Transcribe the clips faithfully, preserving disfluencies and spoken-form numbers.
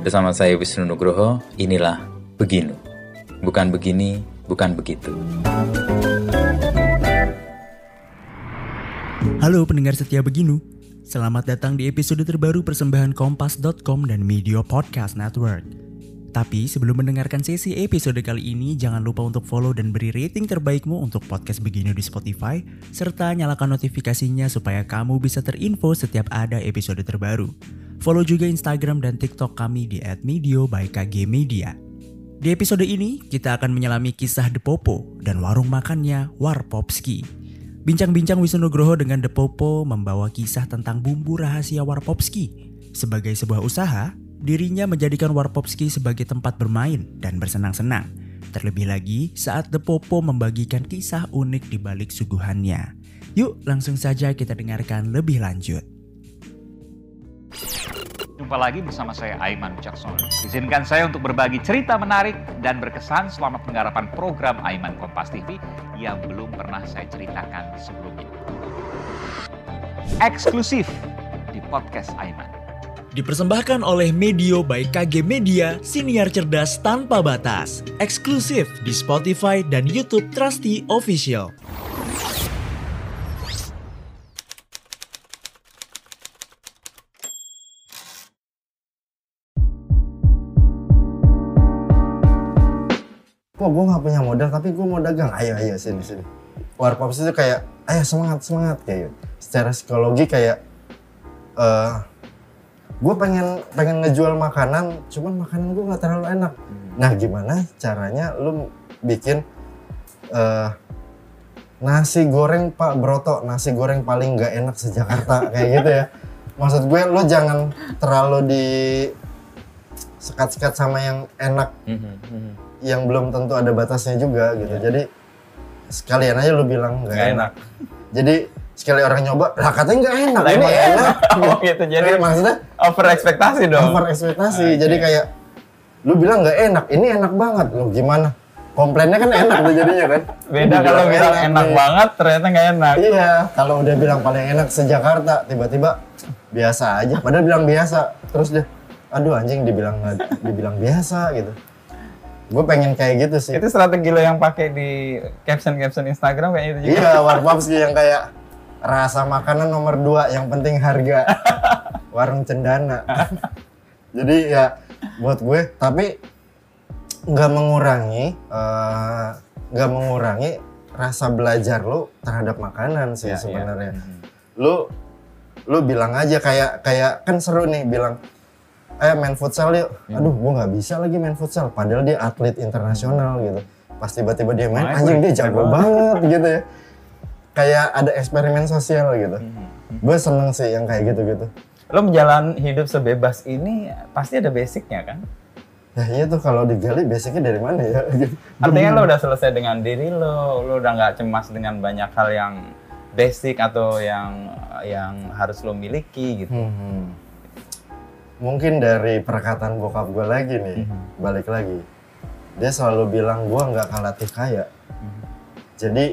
Bersama saya Wisnu Nugroho, inilah Beginu. Bukan begini, bukan begitu. Halo pendengar setia Beginu. Selamat datang di episode terbaru persembahan kompas dot com dan Media Podcast Network. Tapi sebelum mendengarkan sesi episode kali ini, jangan lupa untuk follow dan beri rating terbaikmu untuk podcast Beginu di Spotify, serta nyalakan notifikasinya supaya kamu bisa terinfo setiap ada episode terbaru. Follow juga Instagram dan TikTok kami di et medio by K G Media. Di episode ini, kita akan menyelami kisah The Popo dan warung makannya Warpopski. Bincang-bincang Wisnu Nugroho dengan The Popo membawa kisah tentang bumbu rahasia Warpopski. Sebagai sebuah usaha, dirinya menjadikan Warpopski sebagai tempat bermain dan bersenang-senang. Terlebih lagi saat The Popo membagikan kisah unik di balik suguhannya. Yuk langsung saja kita dengarkan lebih lanjut. Jumpa lagi bersama saya Aiman Wicaksono. Izinkan saya untuk berbagi cerita menarik dan berkesan selama penggarapan program Aiman Kompas T V yang belum pernah saya ceritakan sebelumnya. Eksklusif di podcast Aiman. Dipersembahkan oleh Medio by K G Media, siniar cerdas tanpa batas. Eksklusif di Spotify dan YouTube Trusty Official. Kok gue gak punya modal tapi gue mau dagang, ayo ayo sini sini. Warpopski itu kayak, ayo semangat semangat kayak gitu. Secara psikologi kayak, uh, gue pengen pengen ngejual makanan, cuman makanan gue nggak terlalu enak. Nah gimana caranya lu bikin uh, nasi goreng Pak Broto, nasi goreng paling nggak enak se-Jakarta kayak gitu ya. Maksud gue lu jangan terlalu di sekat-sekat sama yang enak. Yang belum tentu ada batasnya juga gitu. Yeah. Jadi sekalian aja lu bilang nggak enak. enak. Jadi sekali orang nyoba, lah katanya nggak enak, ini enak. enak. Oh gitu. Jadi nah, maksudnya over ekspektasi dong. Over ekspektasi. Okay. Jadi kayak lu bilang nggak enak, ini enak banget. Lu gimana? Komplainnya kan enak tuh jadinya kan. Beda kalau bilang enak, enak banget, ternyata nggak enak. Iya. Kalau udah bilang paling enak se-Jakarta, tiba-tiba biasa aja. Padahal bilang biasa, terus deh, aduh anjing dibilang dibilang biasa gitu. Gue pengen kayak gitu sih. Itu strategi lo yang pakai di caption-caption Instagram kayak itu juga? Iya, Warpopski yang kayak rasa makanan nomor dua, yang penting harga. Warung Cendana. Jadi ya buat gue, tapi nggak mengurangi, uh, nggak mengurangi rasa belajar lo terhadap makanan sih ya, sebenarnya. Ya. Lo, lo bilang aja kayak kayak kan seru nih bilang. Eh main futsal yuk, aduh gue nggak bisa lagi main futsal, padahal dia atlet internasional gitu. Pas tiba-tiba dia main, anjing dia jago banget gitu ya. Kayak ada eksperimen sosial gitu. Gue seneng sih yang kayak gitu-gitu. Lo menjalani hidup sebebas ini pasti ada basicnya kan? Ya iya tuh kalau digali basicnya dari mana ya? Artinya lo udah selesai dengan diri lo, lo udah nggak cemas dengan banyak hal yang basic atau yang yang harus lo miliki gitu. Hmm. Mungkin dari perkataan bokap gue lagi nih, mm-hmm. balik lagi. Dia selalu bilang gue nggak akan latih kaya. Mm-hmm. Jadi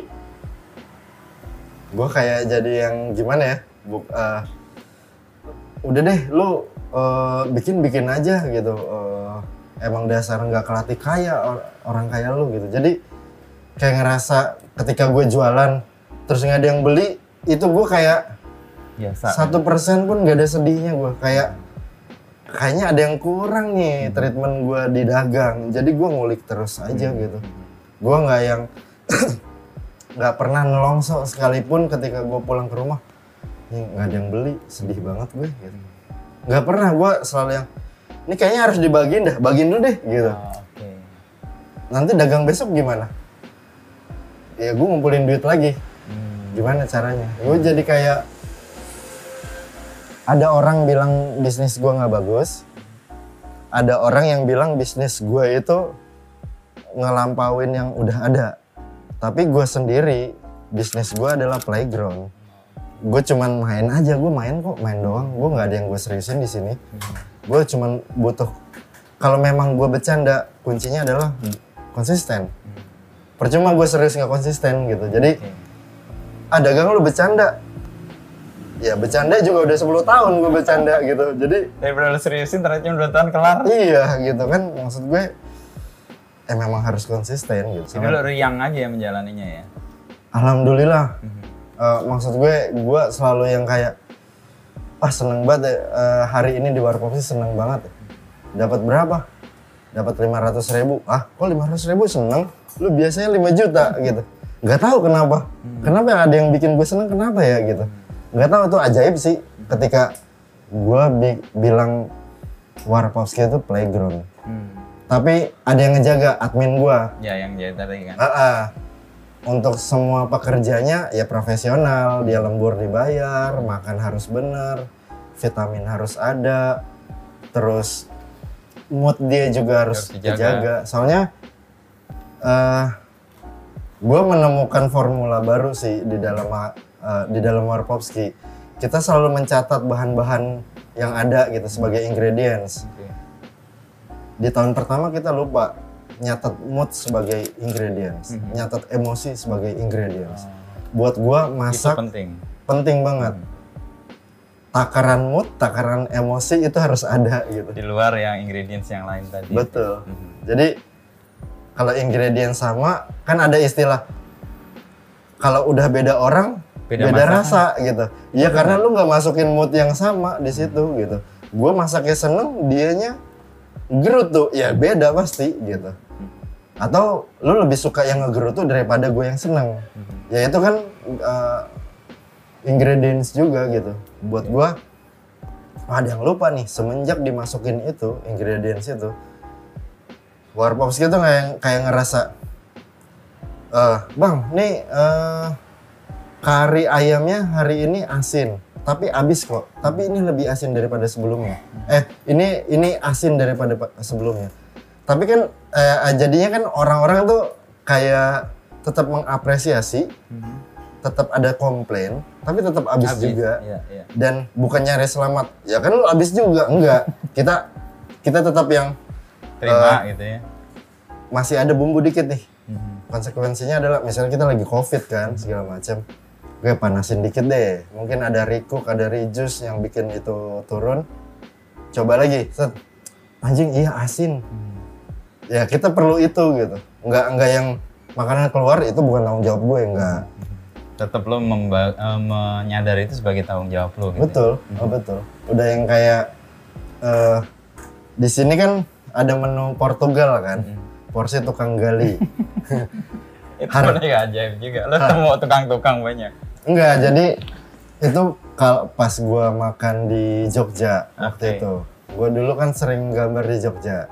gue kayak jadi yang gimana ya? Buk, uh, udah deh, lu uh, bikin-bikin aja gitu. Uh, emang dasar nggak kelatih kaya or- orang kaya lu gitu. Jadi kayak ngerasa ketika gue jualan terus nggak ada yang beli, itu gue kayak satu persen pun nggak ada sedihnya gue kayak. Kayaknya ada yang kurang nih treatment gue di dagang, jadi gue ngulik terus aja gitu. Gue nggak yang nggak pernah nelongso sekalipun ketika gue pulang ke rumah, nih nggak ada yang beli, sedih banget gue. Gitu. Nggak pernah, gue selalu yang ini kayaknya harus dibagiin dah, bagiin dulu deh gitu. Oh, okay. Nanti dagang besok gimana? Ya gue ngumpulin duit lagi, gimana caranya? Gue jadi kayak ada orang bilang bisnis gue nggak bagus, ada orang yang bilang bisnis gue itu ngelampauin yang udah ada. Tapi gue sendiri, bisnis gue adalah playground. Gue cuman main aja, gue main kok, main doang. Gue nggak ada yang gue seriusin di sini. Gue cuman butuh, kalau memang gue bercanda, kuncinya adalah konsisten. Percuma gue serius nggak konsisten gitu. Jadi, ah dagang lu bercanda. ya bercanda juga udah sepuluh tahun gue bercanda gitu. Jadi daripada lu seriusin ternyata cuma dua tahun kelar. Iya gitu kan, maksud gue eh memang harus konsisten gitu. Jadi lu riang aja ya menjalaninya ya. Alhamdulillah. Mm-hmm. uh, maksud gue, gue selalu yang kayak ah seneng banget ya, uh, hari ini di Warkop sih seneng banget ya. Dapat berapa? Dapat lima ratus ribu. Ah kok lima ratus ribu seneng? Lu biasanya lima juta gitu. Gak tahu kenapa. Hmm. Kenapa ada yang bikin gue seneng, kenapa ya gitu. Gak tahu, itu ajaib sih ketika gue bi- bilang Warkopski itu playground. Hmm. Tapi ada yang ngejaga, admin gue. Ya yang jaga tadi kan. Uh-uh. Untuk semua pekerjanya ya profesional, dia lembur dibayar, makan harus bener, vitamin harus ada, terus mood dia juga harus, harus dijaga. dijaga. Soalnya uh, gue menemukan formula baru sih di dalam uh, di dalam Warkopski. Kita selalu mencatat bahan-bahan yang ada gitu sebagai ingredients. Okay. Di tahun pertama kita lupa nyatat mood sebagai ingredients, mm-hmm. nyatat emosi sebagai ingredients. Oh. Buat gue masak itu penting, penting banget. Mm. Takaran mood, takaran emosi itu harus ada gitu. Di luar yang ingredients yang lain tadi. Betul. Mm-hmm. Jadi kalau ingredients sama, kan ada istilah kalau udah beda orang, beda, beda rasa gitu. Iya karena lu nggak masukin mood yang sama di situ gitu. Gue masaknya seneng, dianya gerut tuh, ya beda pasti gitu. Atau lu lebih suka yang ngegerut tuh daripada gue yang seneng. Ya itu kan uh, ingredients juga gitu. Buat gue, ada yang lupa nih, semenjak dimasukin itu, ingredients itu, Warkopski tuh kayak, kayak ngerasa, uh, bang, nih uh, kari ayamnya hari ini asin, tapi abis kok. Tapi ini lebih asin daripada sebelumnya. Eh, ini ini asin daripada sebelumnya. Tapi kan eh, jadinya kan orang-orang tuh kayak tetap mengapresiasi, mm-hmm. tetap ada komplain, tapi tetap abis, abis juga. Iya, iya. Dan bukan nyari selamat. Ya kan lu abis juga, enggak. Kita kita tetap yang terima uh, gitu ya. Masih ada bumbu dikit nih. Mm-hmm. Konsekuensinya adalah misalnya kita lagi covid kan, segala macam. Gue panasin dikit deh. Mungkin ada recook, ada rejuice yang bikin itu turun. Coba lagi, set. Anjing iya asin. Hmm. Ya kita perlu itu gitu. Enggak enggak yang makanan keluar itu bukan tanggung jawab gue, enggak. Tetap lo memba- uh, menyadari itu sebagai tanggung jawab lo gitu. Betul, hmm. oh, betul. Udah yang kayak uh, di sini kan ada menu Portugal kan. Hmm. Porsi tukang gali. Itu Har- ya ajaib juga. Lo temu tukang-tukang banyak. Enggak, jadi itu kalau pas gue makan di Jogja okay. waktu itu. Gue dulu kan sering gambar di Jogja.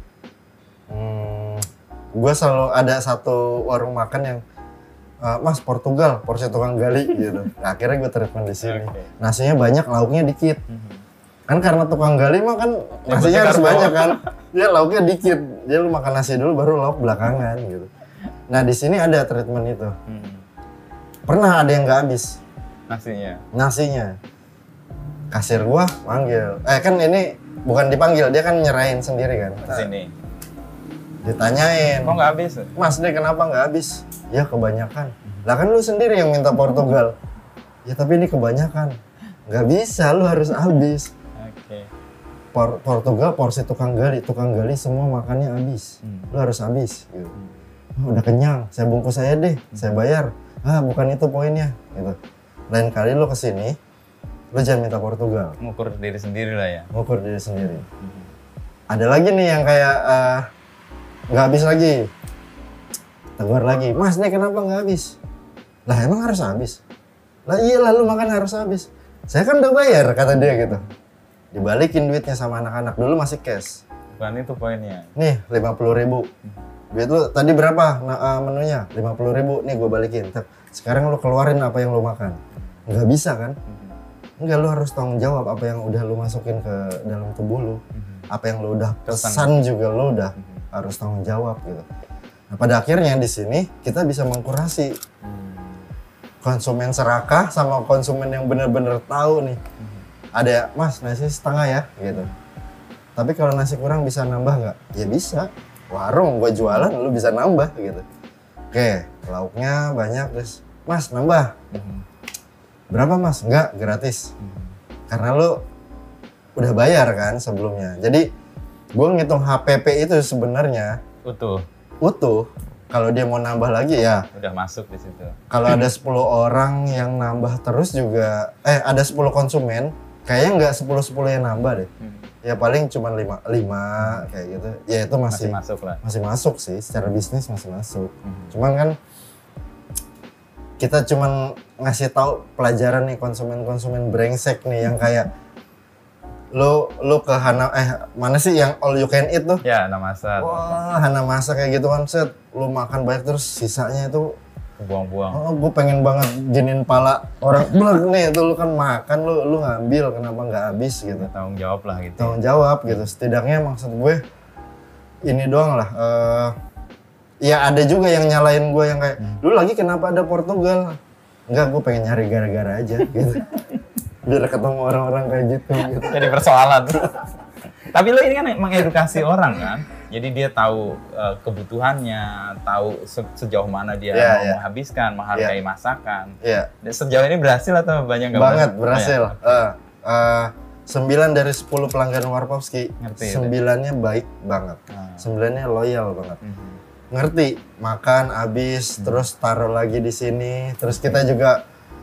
Hmm, gue selalu ada satu warung makan yang uh, Mas Portugal, porsi tukang gali gitu. Nah, akhirnya gue treatment di sini. Okay. Nasinya banyak, lauknya dikit. Mm-hmm. Kan karena tukang gali mah kan nasinya harus banyak kan. Dia lauknya dikit. Dia lu makan nasi dulu baru lauk belakangan gitu. Nah, di sini ada treatment itu. Mm-hmm. Pernah ada yang nggak habis. Nasinya? Nasinya. Kasir gua manggil. Eh kan ini bukan dipanggil, dia kan nyerahin sendiri kan. Ke sini. Ditanyain. Kok nggak habis? Mas, deh kenapa nggak habis? Ya kebanyakan. Lah kan lu sendiri yang minta Portugal. Ya tapi ini kebanyakan. Nggak bisa, lu harus habis. Oke. Okay. Por- Portugal porsi tukang gali, tukang gali semua makannya habis. Hmm. Lu harus habis. Gitu. Oh, udah kenyang, saya bungkus saya deh, hmm. saya bayar. Ah bukan itu poinnya. Gitu. Lain kali lu kesini, lu jangan minta Portugal. Ngukur diri sendiri lah ya. Ngukur diri sendiri. Hmm. Ada lagi nih yang kayak uh, nggak habis lagi. Tegur lagi, Mas nih kenapa nggak habis? Lah emang harus habis? Lah iya lah lu makan harus habis. Saya kan udah bayar kata dia gitu. Dibalikin duitnya sama anak-anak, dulu masih cash. Bukan itu poinnya. Nih lima puluh ribu. Duit lu tadi berapa nah, uh, menunya? lima puluh ribu, nih gue balikin. Sekarang lu keluarin apa yang lu makan. Nggak bisa kan? Enggak, lu harus tanggung jawab apa yang udah lu masukin ke dalam tubuh lu. Apa yang lu udah pesan juga lu udah harus tanggung jawab gitu. Nah, pada akhirnya di sini kita bisa mengkurasi konsumen serakah sama konsumen yang benar-benar tahu nih. Ada, Mas nasi setengah ya gitu. Tapi kalau nasi kurang bisa nambah nggak? Ya bisa. Warung gua jualan lu bisa nambah gitu. Oke, lauknya banyak terus, Mas nambah. berapa mas? Enggak, gratis. Hmm. Karena lu udah bayar kan sebelumnya. Jadi gue ngitung H P P itu sebenarnya utuh. Utuh. Kalau dia mau nambah lagi ya udah masuk di situ. Kalau ada sepuluh orang yang nambah terus juga eh ada sepuluh konsumen, kayaknya nggak sepuluh sepuluh yang nambah deh. Hmm. Ya paling cuma lima lima kayak gitu. Ya itu masih, masih masuk lah. Masih masuk sih, secara bisnis masih masuk. Hmm. Cuman kan kita cuman ngasih tahu pelajaran nih konsumen-konsumen brengsek nih yang kayak lu lu ke Hana eh mana sih yang all you can eat tuh? Ya, Hanamasa. Wah, Hanamasa kayak gitu kan, set lu makan banyak terus sisanya itu buang-buang. Oh, gue pengen banget giniin pala orang. Bener nih, itu lu kan makan lu lu ngambil, kenapa nggak habis gitu? Ya, tanggung jawab lah gitu. Tanggung jawab gitu. Setidaknya maksud gue ini doang lah. Uh, ya ada juga yang nyalain gue yang kayak, lu lagi kenapa ada Portugal? Enggak, gue pengen nyari gara-gara aja gitu. Biar ketemu orang-orang kayak gitu, gitu. Jadi persoalan. Tapi lo ini kan mengedukasi orang kan, jadi dia tahu uh, kebutuhannya, tahu se sejauh mana dia yeah, mau yeah. menghabiskan, menghargai yeah. masakan. Yeah. Dan sejauh ini berhasil atau banyak nggak banget banyak? berhasil. Oh, ya? uh, uh, sembilan dari sepuluh pelanggan Warpowski, sembilannya itu? baik banget, ah. sembilannya loyal banget. Mm-hmm. Ngerti, makan habis, hmm. terus taruh lagi di sini, terus kita juga,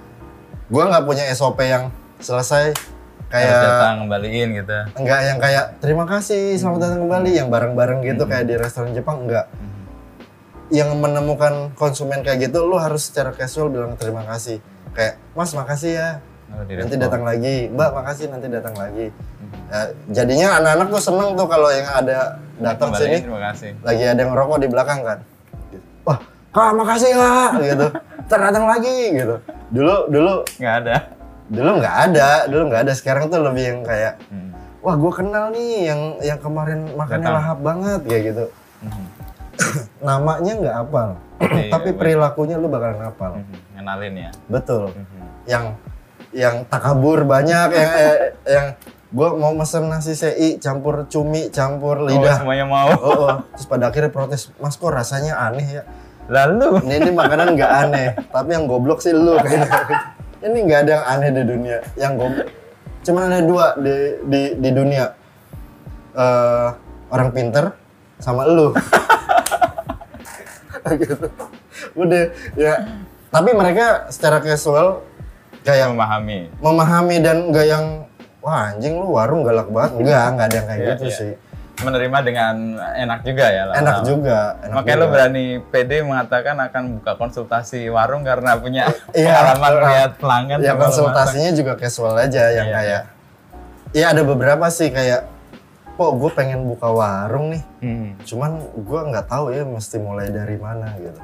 gua nggak punya S O P yang selesai kayak harus datang kembaliin gitu. Enggak yang kayak terima kasih selamat datang kembali yang bareng-bareng gitu hmm. kayak di restoran Jepang, enggak. Hmm. Yang menemukan konsumen kayak gitu lu harus secara casual bilang terima kasih. Kayak mas makasih ya. Oh, nanti datang lagi. Mbak makasih nanti datang lagi. Hmm. Ya, jadinya anak-anak tuh seneng tuh kalau yang ada datang sini. Terima kasih. Lagi ada yang ngerokok di belakang kan. Wah, Kak makasih Kak gitu. Ntar datang lagi gitu. Dulu dulu nggak ada. Dulu nggak ada, dulu nggak ada. Sekarang tuh lebih yang kayak, hmm. wah gue kenal nih yang yang kemarin makannya Datang. lahap banget kayak gitu. Hmm. Namanya nggak hafal, iya, tapi iya, perilakunya lu bakalan hafal. Hmm. Ngenalin ya. Betul. Hmm. Yang yang takabur banyak, yang eh, yang gue mau mesen nasi sei campur cumi campur lidah. Oh, semuanya mau. Oh, oh. Terus pada akhirnya protes, mas kok rasanya aneh ya. Lalu? Ini, ini makanan nggak aneh, tapi yang goblok sih lu kayaknya. Ini nggak ada yang aneh di dunia, yang goblok. Cuma ada dua di di, di dunia, uh, orang pinter sama elu. Gitu. Udah ya. Tapi mereka secara casual kayak memahami, memahami dan nggak yang wah anjing lu warung galak banget, enggak, nggak ada yang kayak gitu yeah. sih. Menerima dengan enak juga ya. Lah. Enak juga. Enak Makanya juga. Lo berani pede mengatakan akan buka konsultasi warung karena punya iya, pengalaman lihat pelanggan. Ya konsultasinya juga casual aja yang iya, kayak. Iya ada beberapa sih kayak, kok gue pengen buka warung nih. Hmm. Cuman gue nggak tahu ya mesti mulai dari mana gitu.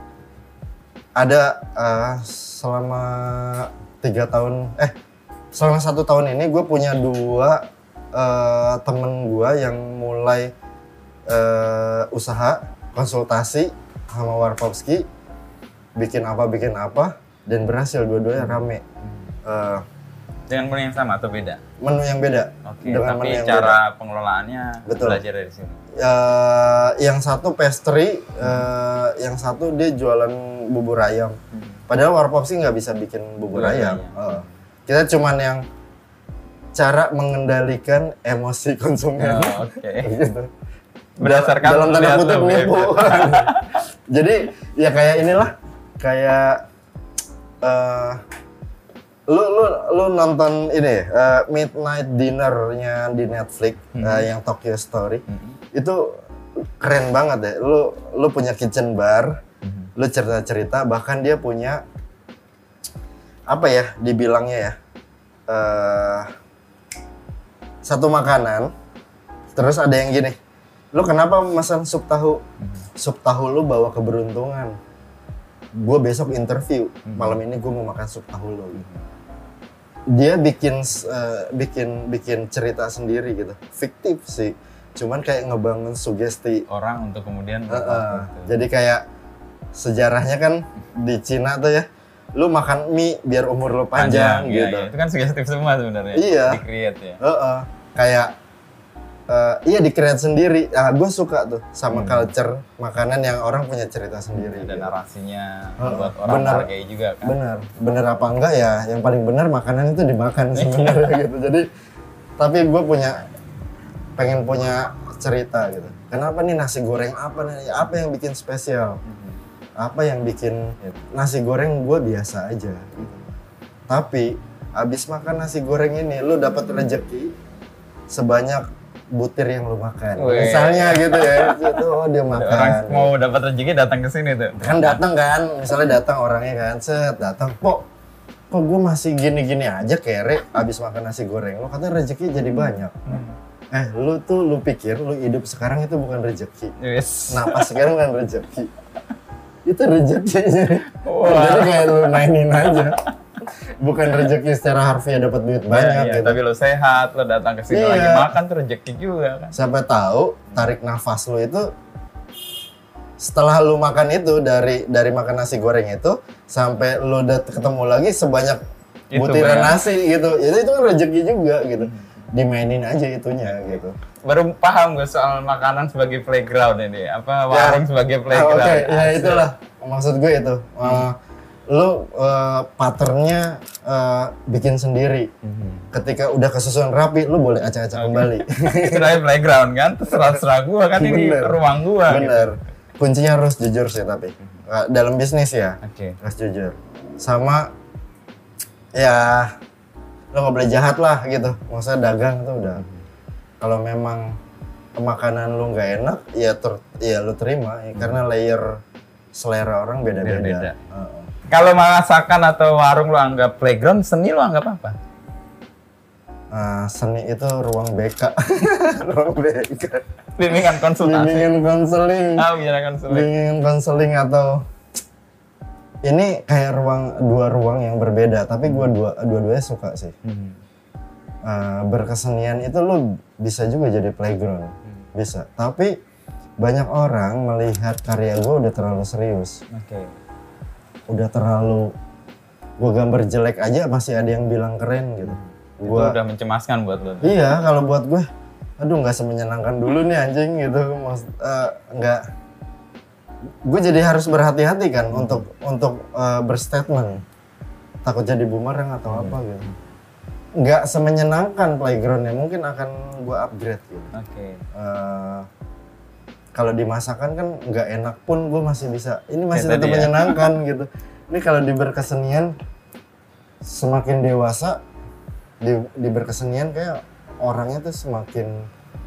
Ada uh, selama tiga tahun, eh selama satu tahun ini gue punya dua Uh, temen gue yang mulai uh, usaha konsultasi sama Warpowski, bikin apa bikin apa dan berhasil dua-duanya rame. Uh, Dengan menu yang sama atau beda? Menu yang beda. Oke. Dengan tapi menu cara beda. Pengelolaannya betul. Belajar dari sini. Uh, yang satu pastry, hmm. uh, yang satu dia jualan bubur ayam. Hmm. Padahal Warpowski nggak bisa bikin bubur, bubur ayam. ayam. Uh, kita cuman yang cara mengendalikan emosi konsumen. Oh, oke. Okay. Gitu. Berdasarkan dalam tanda kutip nipu. Jadi ya kayak inilah, kayak uh, lu lu lu nonton ini uh, Midnight Dinner-nya di Netflix hmm. uh, yang Tokyo Story. Hmm. Itu keren banget deh. Lu lu punya kitchen bar, hmm. lu cerita-cerita, bahkan dia punya apa ya dibilangnya ya? Uh, satu makanan, terus ada yang gini, lu kenapa pesan sup tahu? Hmm. Sup tahu lu bawa keberuntungan. Gue besok interview, hmm. malam ini gue mau makan sup tahu lu. Hmm. Dia bikin uh, bikin bikin cerita sendiri gitu, fiktif sih, cuman kayak ngebangun sugesti orang untuk kemudian. Uh, uh, jadi kayak sejarahnya kan di Cina tuh ya. Lu makan mie biar umur lu panjang, panjang gitu. Iya, iya. Itu kan sugestif semua sebenarnya. Iya. Di-create ya. Uh -uh. Kayak uh, iya di-create sendiri. Ah, gue suka tuh sama hmm. culture makanan yang orang punya cerita sendiri. Ada gitu. narasinya, uh, buat orang bener, hargai juga kan. Bener, bener apa enggak ya? Yang paling bener makanan itu dimakan sebenarnya gitu. Jadi, tapi gue punya pengen punya cerita gitu. Kenapa nih nasi goreng apa nih? Apa yang bikin spesial? Apa yang bikin nasi goreng gue biasa aja gitu. Tapi abis makan nasi goreng ini lu dapat rezeki sebanyak butir yang lu makan. Wee. Misalnya gitu ya. Itu oh dia makan. Orang mau dapat rezeki datang ke sini tuh. Kan datang kan, misalnya datang orangnya kan, set datang, "Pok, kok gue masih gini-gini aja kere abis makan nasi goreng." Lu katanya rezeki jadi banyak. Hmm. Eh, lu tuh lu pikir lu hidup sekarang itu bukan rezeki. Yes. Napas sekarang bukan rezeki. Itu rezeki jadi. Wow. Jadi kayak lu mainin aja. Bukan rezeki secara harfiah dapat duit banyak ya, ya, gitu. Tapi lu sehat, lu datang ke sini iya. lagi makan tuh rezeki juga kan. Siapa tahu tarik nafas lu itu setelah lu makan itu dari dari makan nasi goreng itu sampai lu udah ketemu lagi sebanyak itu butiran bener. Nasi gitu. Itu itu kan rezeki juga gitu. Dimainin aja itunya gitu. Baru paham gue soal makanan sebagai playground ini, apa warung ya. Sebagai playground. Oke, okay. ya itulah maksud gue itu. Hmm. Uh, lu uh, patternnya uh, bikin sendiri. Hmm. Ketika udah kesusun rapi, lu boleh acak-acak okay. kembali. Itu dari playground kan, terserah-terserah gue kan ini ruang gue. Bener. Gitu. Kuncinya harus jujur sih tapi uh, dalam bisnis ya, okay. harus jujur. Sama ya. Lo nggak boleh jahat lah gitu, maksudnya dagang tuh udah. Kalau memang makanan lo nggak enak, ya ter, ya lo terima, ya, hmm. karena layer selera orang beda-beda. Uh. Kalau masakan atau warung lo anggap playground, seni lo anggap apa? Uh, seni itu ruang B K, ruang B K. Bimbingan konsultasi. Bimbingan konseling. Ah, bimbingan konseling. Bimbingan konseling atau ini kayak ruang dua ruang yang berbeda, tapi gue dua dua-duanya suka sih. Hmm. Uh, berkesenian itu lo bisa juga jadi playground, hmm. bisa. Tapi banyak orang melihat karya gue udah terlalu serius. Oke. Okay. Udah terlalu, gue gambar jelek aja masih ada yang bilang keren gitu. Hmm. Gua, itu udah mencemaskan buat lo. Iya, kalau buat gue, aduh nggak semenyenangkan dulu nih anjing gitu, Mas, uh, nggak. Gue jadi harus berhati-hati kan hmm. untuk untuk uh, berstatement, takut jadi bumerang atau hmm. apa gitu. Nggak semenyenangkan playgroundnya, mungkin akan gue upgrade gitu. Oke. Okay. Uh, kalau di masakan kan nggak enak pun gue masih bisa. Ini masih tetap menyenangkan ya. Gitu. Ini kalau di berkesenian semakin dewasa di, di berkesenian kayak orangnya tuh semakin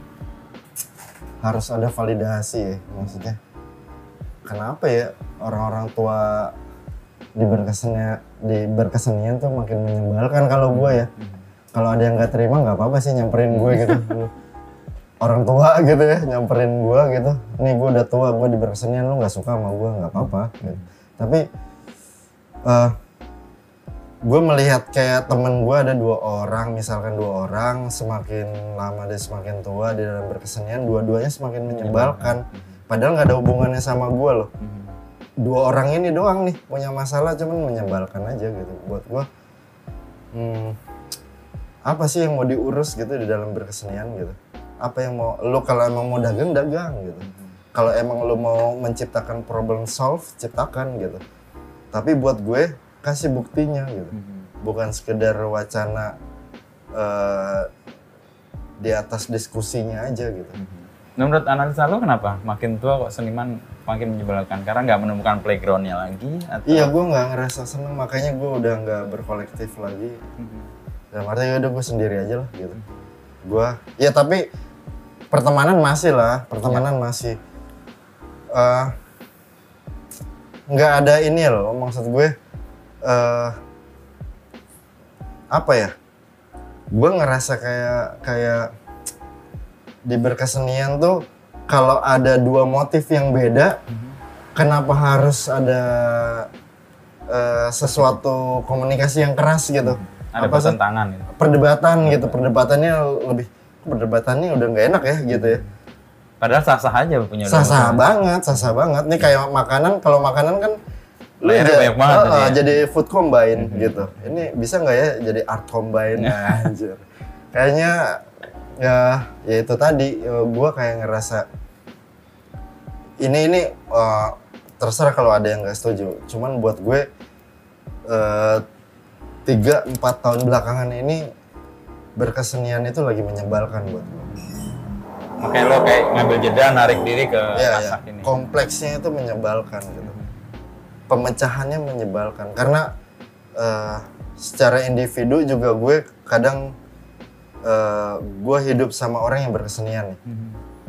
harus ada validasi ya, maksudnya. Kenapa ya orang-orang tua di berkesenian di berkesenian tuh makin menyebalkan kalau gue ya. Kalau ada yang nggak terima nggak apa-apa sih nyamperin gue gitu. Orang tua gitu ya nyamperin gue gitu. Nih gue udah tua, gue di berkesenian, lu nggak suka sama gue nggak apa-apa. Gitu. Tapi uh, gue melihat kayak temen gue ada dua orang, misalkan dua orang semakin lama dia semakin tua di dalam berkesenian, dua-duanya semakin menyebalkan. Padahal nggak ada hubungannya sama gue loh. Dua orang ini doang nih punya masalah, cuman menyebalkan aja gitu. Buat gue, hmm, apa sih yang mau diurus gitu di dalam berkesenian gitu? Apa yang mau, lo kalau emang mau dagang, dagang gitu. Kalau emang lo mau menciptakan problem solve, ciptakan gitu. Tapi buat gue, kasih buktinya gitu. Bukan sekedar wacana uh, di atas diskusinya aja gitu. Menurut analisa lo kenapa makin tua kok seniman makin menyebalkan? Karena nggak menemukan playgroundnya lagi? Atau? Iya, gue nggak ngerasa seneng, makanya gue udah nggak berkolektif lagi. Mm-hmm. Dalam artinya udah gue sendiri aja lah gitu. Gue, ya tapi pertemanan masih lah, pertemanan ya. masih. Uh, nggak ada ini loh, maksud gue uh, apa ya? Gue ngerasa kayak kayak di berkesenian tuh kalau ada dua motif yang beda, mm-hmm. kenapa harus ada uh, sesuatu komunikasi yang keras gitu? Ada pertentangan gitu. Perdebatan gitu, perdebatannya lebih perdebatannya udah nggak enak ya gitu ya. Padahal sah-sah aja punya. Sah-sah banget, sah-sah banget. Nih kayak makanan, kalau makanan kan lu banyak banget uh, ya. Jadi food combine mm-hmm. gitu. Ini bisa nggak ya jadi art combine? Anjir. Kayaknya ya ya itu tadi gue kayak ngerasa ini ini uh, terserah kalau ada yang nggak setuju. Cuman buat gue tiga empat tahun belakangan ini berkesenian itu lagi menyebalkan buat gue. Makanya lo kayak ngambil jeda, narik diri ke ya, masak ya. ini. Kompleksnya itu menyebalkan gitu. Pemecahannya menyebalkan karena uh, secara individu juga gue kadang uh, gue hidup sama orang yang berkesenian nih. Mm-hmm.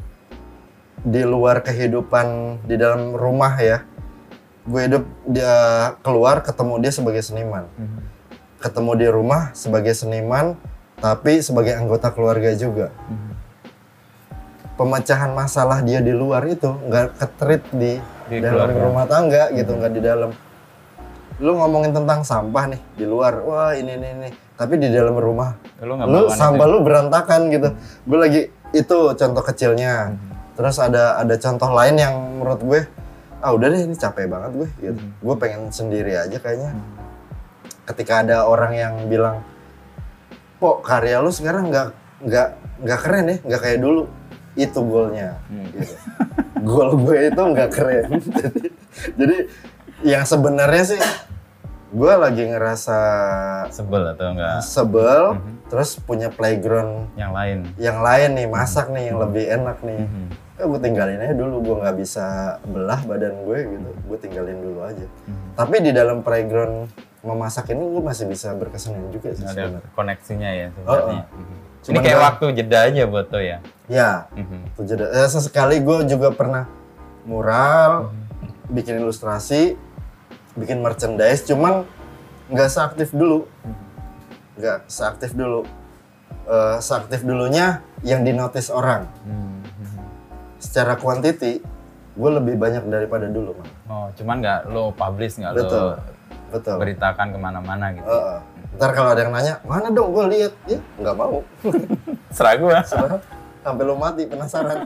Di luar kehidupan di dalam rumah ya, gue hidup dia keluar ketemu dia sebagai seniman. Mm-hmm. Ketemu di rumah sebagai seniman, tapi sebagai anggota keluarga juga. Mm-hmm. Pemecahan masalah dia di luar itu nggak ketrit di, di dalam keluarga. Rumah tangga gitu, nggak mm-hmm. di dalam. Lu ngomongin tentang sampah nih di luar, wah ini ini ini, tapi di dalam rumah, lu, lu sampah itu. Lu berantakan gitu. Mm-hmm. Gue lagi itu contoh kecilnya. Mm-hmm. Terus ada ada contoh lain yang menurut gue, ah udah deh ini capek banget gue, gitu. Mm-hmm. Gue pengen sendiri aja kayaknya. Mm-hmm. Ketika ada orang yang bilang, "Pok, karya lu sekarang nggak nggak nggak keren ya, nggak kayak dulu." Itu goalnya. Mm. Gitu. Goal gue itu nggak keren. jadi, jadi yang sebenarnya sih, gue lagi ngerasa sebel atau enggak? Sebel, mm-hmm. terus punya playground yang lain. Yang lain nih, masak nih yang mm-hmm. lebih enak nih. Mm-hmm. Ya gue tinggalin aja dulu, gue nggak bisa belah badan gue gitu, gue tinggalin dulu aja. Mm-hmm. Tapi di dalam playground memasak ini gue masih bisa berkesenian juga sih. Ada koneksinya ya sebenarnya. Oh, oh. Mm-hmm. Ini kayak gak, waktu jeda aja buat lo ya? Ya, mm-hmm. jeda. Ya, sesekali gue juga pernah mural, mm-hmm. bikin ilustrasi, bikin merchandise, cuman nggak seaktif dulu. Nggak mm-hmm. seaktif dulu. Uh, seaktif dulunya yang dinotis orang. Mm-hmm. Secara kuantiti, gue lebih banyak daripada dulu, man. Oh, cuman nggak lo publish, nggak lo betul. beritakan kemana-mana gitu. Uh, uh. Ntar kalau ada yang nanya, mana dong gue lihat, ya nggak mau. Serah gue. Sampai lo mati penasaran.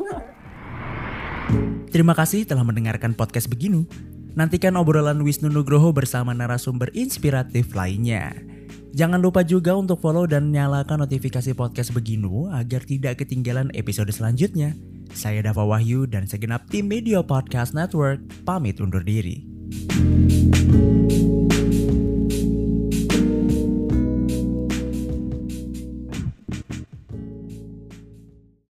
Terima kasih telah mendengarkan podcast Beginu. Nantikan obrolan Wisnu Nugroho bersama narasumber inspiratif lainnya. Jangan lupa juga untuk follow dan nyalakan notifikasi podcast Beginu agar tidak ketinggalan episode selanjutnya. Saya Dava Wahyu dan segenap tim Media Podcast Network pamit undur diri.